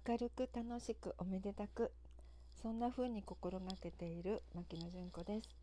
明るく楽しくおめでたく、そんな風に心がけている牧野純子です。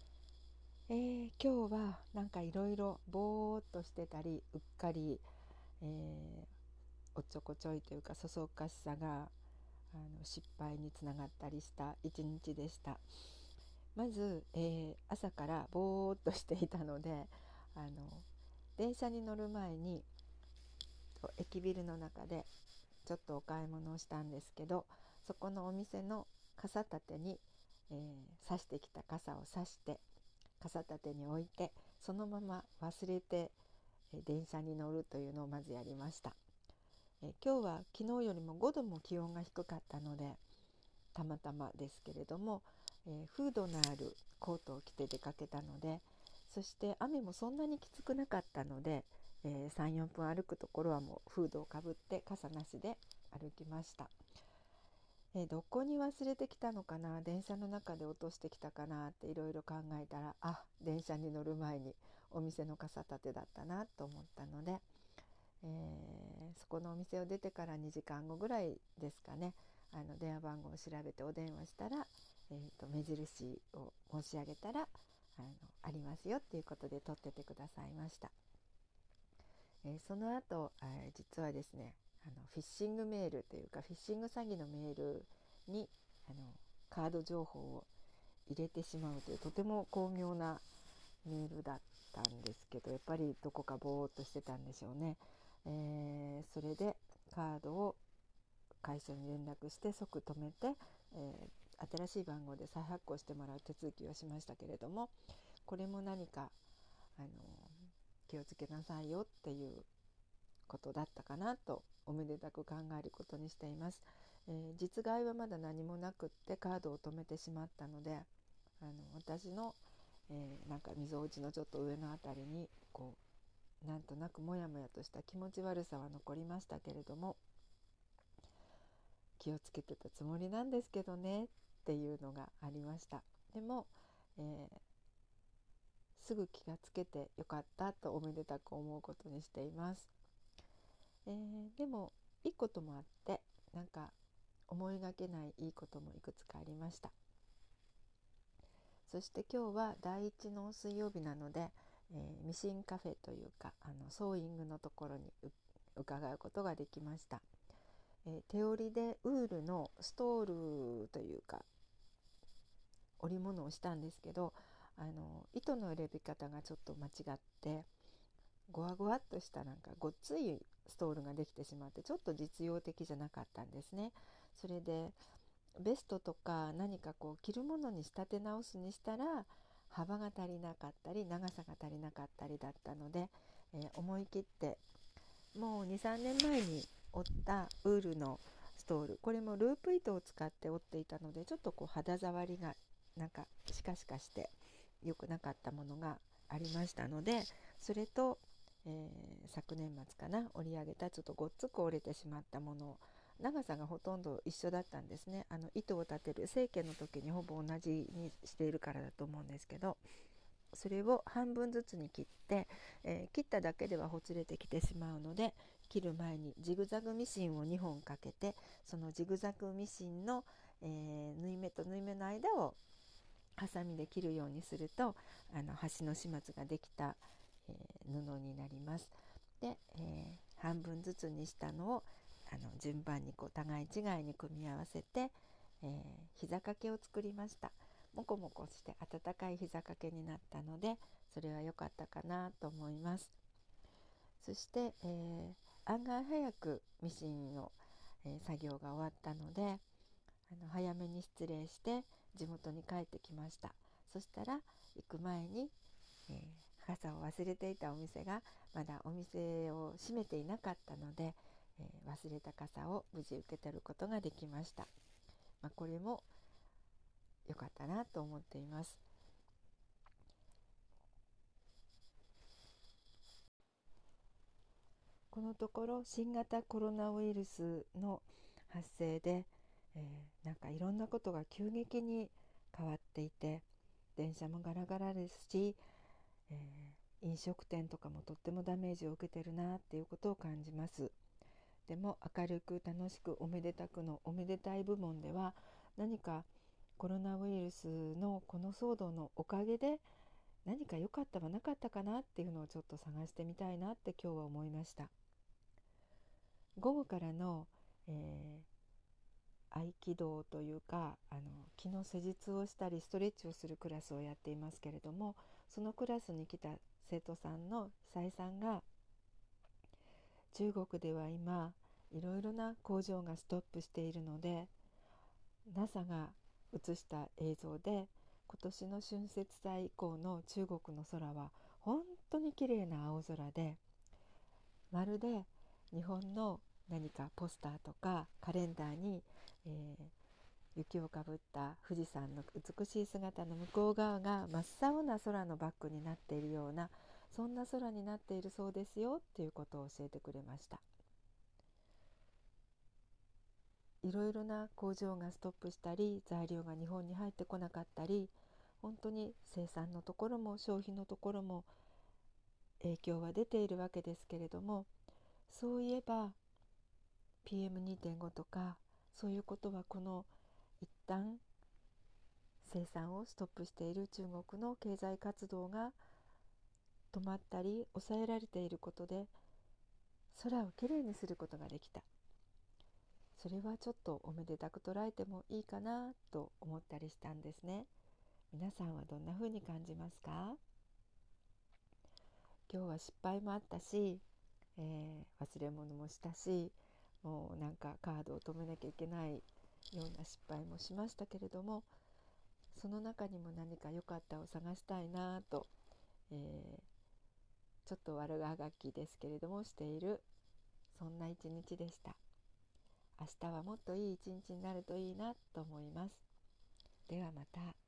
今日はなんかいろいろぼーっとしてたり、うっかり、おっちょこちょいというかそそかしさが失敗につながったりした一日でした。まず、朝からぼーっとしていたので、電車に乗る前に駅ビルの中でちょっとお買い物をしたんですけど、そこのお店の傘立てに、差してきた傘を差して傘立てに置いて、そのまま忘れて、電車に乗るというのをまずやりました。今日は昨日よりも5度も気温が低かったので、たまたまですけれども、フードのあるコートを着て出かけたので、そして雨もそんなにきつくなかったので、3、4分歩くところはもうフードをかぶって傘なしで歩きました。どこに忘れてきたのかな、電車の中で落としてきたかなっていろいろ考えたら、電車に乗る前にお店の傘立てだったなと思ったので、そこのお店を出てから2時間後ぐらいですかね、電話番号を調べてお電話したら、目印を申し上げたらありますよっていうことで取っててくださいました。その後、実はですね、フィッシングメールというかフィッシング詐欺のメールにカード情報を入れてしまうという、とても巧妙なメールだったんですけど、やっぱりどこかぼーっとしてたんでしょうね。それでカードを会社に連絡して即止めて、新しい番号で再発行してもらう手続きをしましたけれども、これも何か気をつけなさいよっていうことだったかなとおめでたく考えることにしています。実害はまだ何もなくってカードを止めてしまったので、私の、なんかみぞおちのちょっと上のあたりになんとなくもやもやとした気持ち悪さは残りましたけれども、気をつけてたつもりなんですけどねっていうのがありました。でも、すぐ気がつけてよかったとおめでたく思うことにしています。でもいいこともあって、なんか思いがけないいいこともいくつかありました。そして今日は第一の水曜日なので、ミシンカフェというかソーイングのところに伺うことができました。手織りでウールのストールというか織物をしたんですけど、糸の選び方がちょっと間違って、ゴワゴワっとしたなんかごっついストールができてしまって、ちょっと実用的じゃなかったんですね。それでベストとか何か着るものに仕立て直すにしたら幅が足りなかったり長さが足りなかったりだったので、思い切ってもう 2,3 年前に織ったウールのストール、これもループ糸を使って織っていたので、ちょっと肌触りがなんかシカシカして良くなかったものがありましたので、それと、昨年末かな織り上げたちょっとごっつく折れてしまったものを、長さがほとんど一緒だったんですね。糸を立てる成形の時にほぼ同じにしているからだと思うんですけど、それを半分ずつに切って、切っただけではほつれてきてしまうので、切る前にジグザグミシンを2本かけて、そのジグザグミシンの、縫い目と縫い目の間をハサミで切るようにすると端の始末ができた、布になります。で、半分ずつにしたのを順番に互い違いに組み合わせて、膝掛けを作りました。もこもこして暖かい膝掛けになったので、それは良かったかなと思います。そして、案外早くミシンの、作業が終わったので、早めに失礼して地元に帰ってきました。そしたら行く前に、傘を忘れていたお店がまだお店を閉めていなかったので、忘れた傘を無事受け取ることができました。これも良かったなと思っています。このところ新型コロナウイルスの発生で、なんかいろんなことが急激に変わっていて、電車もガラガラですし、飲食店とかもとってもダメージを受けてるなっていうことを感じます。 っても明るく楽しくおめでたくのおめでたい部門では、何かコロナウイルスのこの騒動のおかげで何か良かったはなかったかなっていうのをちょっと探してみたいなって今日は思いました。午後からの、合気道というか気の施術をしたりストレッチをするクラスをやっていますけれども、そのクラスに来た生徒さんの久井さんが、中国では今いろいろな工場がストップしているので、 NASA が映した映像で今年の春節祭以降の中国の空は本当に綺麗な青空で、まるで日本の何かポスターとかカレンダーに、雪をかぶった富士山の美しい姿の向こう側が真っ青な空のバックになっているような、そんな空になっているそうですよっていうことを教えてくれました。いろいろな工場がストップしたり、材料が日本に入ってこなかったり、本当に生産のところも消費のところも影響は出ているわけですけれども、そういえば PM2.5 とかそういうことはこの一旦生産をストップしている中国の経済活動が止まったり抑えられていることで空をきれいにすることができた。それはちょっとおめでたく捉えてもいいかなと思ったりしたんですね。皆さんはどんな風に感じますか？今日は失敗もあったし、忘れ物もしたし、もうなんかカードを止めなきゃいけないような失敗もしましたけれども、その中にも何か良かったを探したいなと、ちょっと悪あがきですけれどもしている、そんな一日でした。明日はもっといい一日になるといいなと思います。ではまた。